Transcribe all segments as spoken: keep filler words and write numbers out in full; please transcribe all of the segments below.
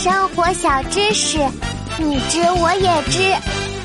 生活小知识，你知我也知。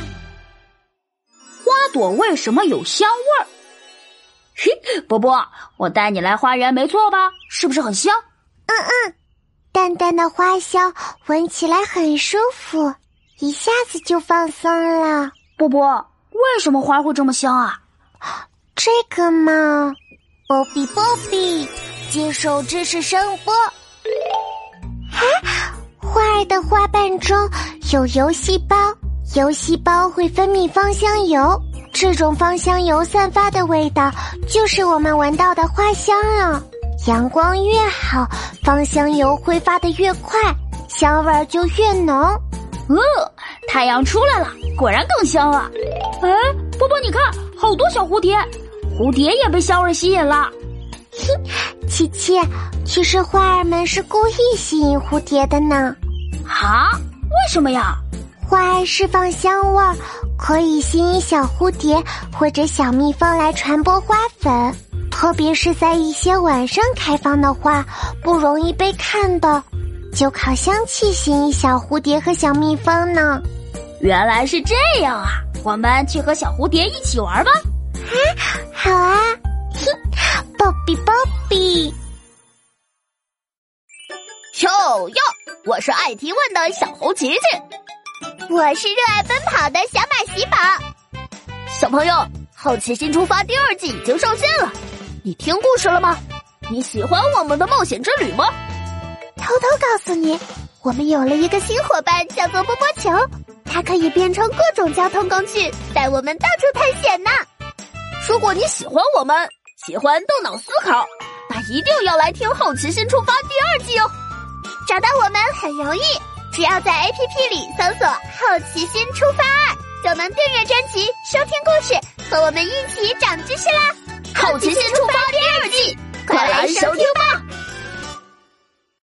花朵为什么有香味儿？嘿，波波，我带你来花园没错吧？是不是很香？ 嗯嗯，淡淡的花香，闻起来很舒服，一下子就放松了。 波波，为什么花会这么香啊？ 这个嘛，波比波比，接受知识声波。啊，花儿的花瓣中有油细胞，油细胞会分泌芳香油，这种芳香油散发的味道就是我们闻到的花香了。阳光越好，芳香油挥发的越快，香味儿就越浓。 呃，太阳出来了，果然更香了。哎，波波你看，好多小蝴蝶，蝴蝶也被香味吸引了。 嘿，琪琪，其实花儿们是故意吸引蝴蝶的呢。 啊？为什么呀？ 花儿释放香味儿，可以吸引小蝴蝶或者小蜜蜂来传播花粉，特别是在一些晚上开放的花，不容易被看到，就靠香气吸引小蝴蝶和小蜜蜂呢。 原来是这样啊，我们去和小蝴蝶一起玩吧。 啊，好啊，嘿，波比波比。 哟哟，我是爱提问的小猴琪琪， 我是热爱奔跑的小马喜宝。 小朋友，《好奇心出发》第二季已经上线了，你听故事了吗？你喜欢我们的冒险之旅吗？ 偷偷告诉你，我们有了一个新伙伴，叫做波波球，它可以变成各种交通工具，带我们到处探险呢。 如果你喜欢我们，喜欢动脑思考，那一定要来听《好奇心出发》第二季哦。 找到我们很容易，只要在 A P P 里搜索好奇心出发二，就能订阅专辑，收听故事，和我们一起长知识啦。 好奇心出发第二季，快来收听吧。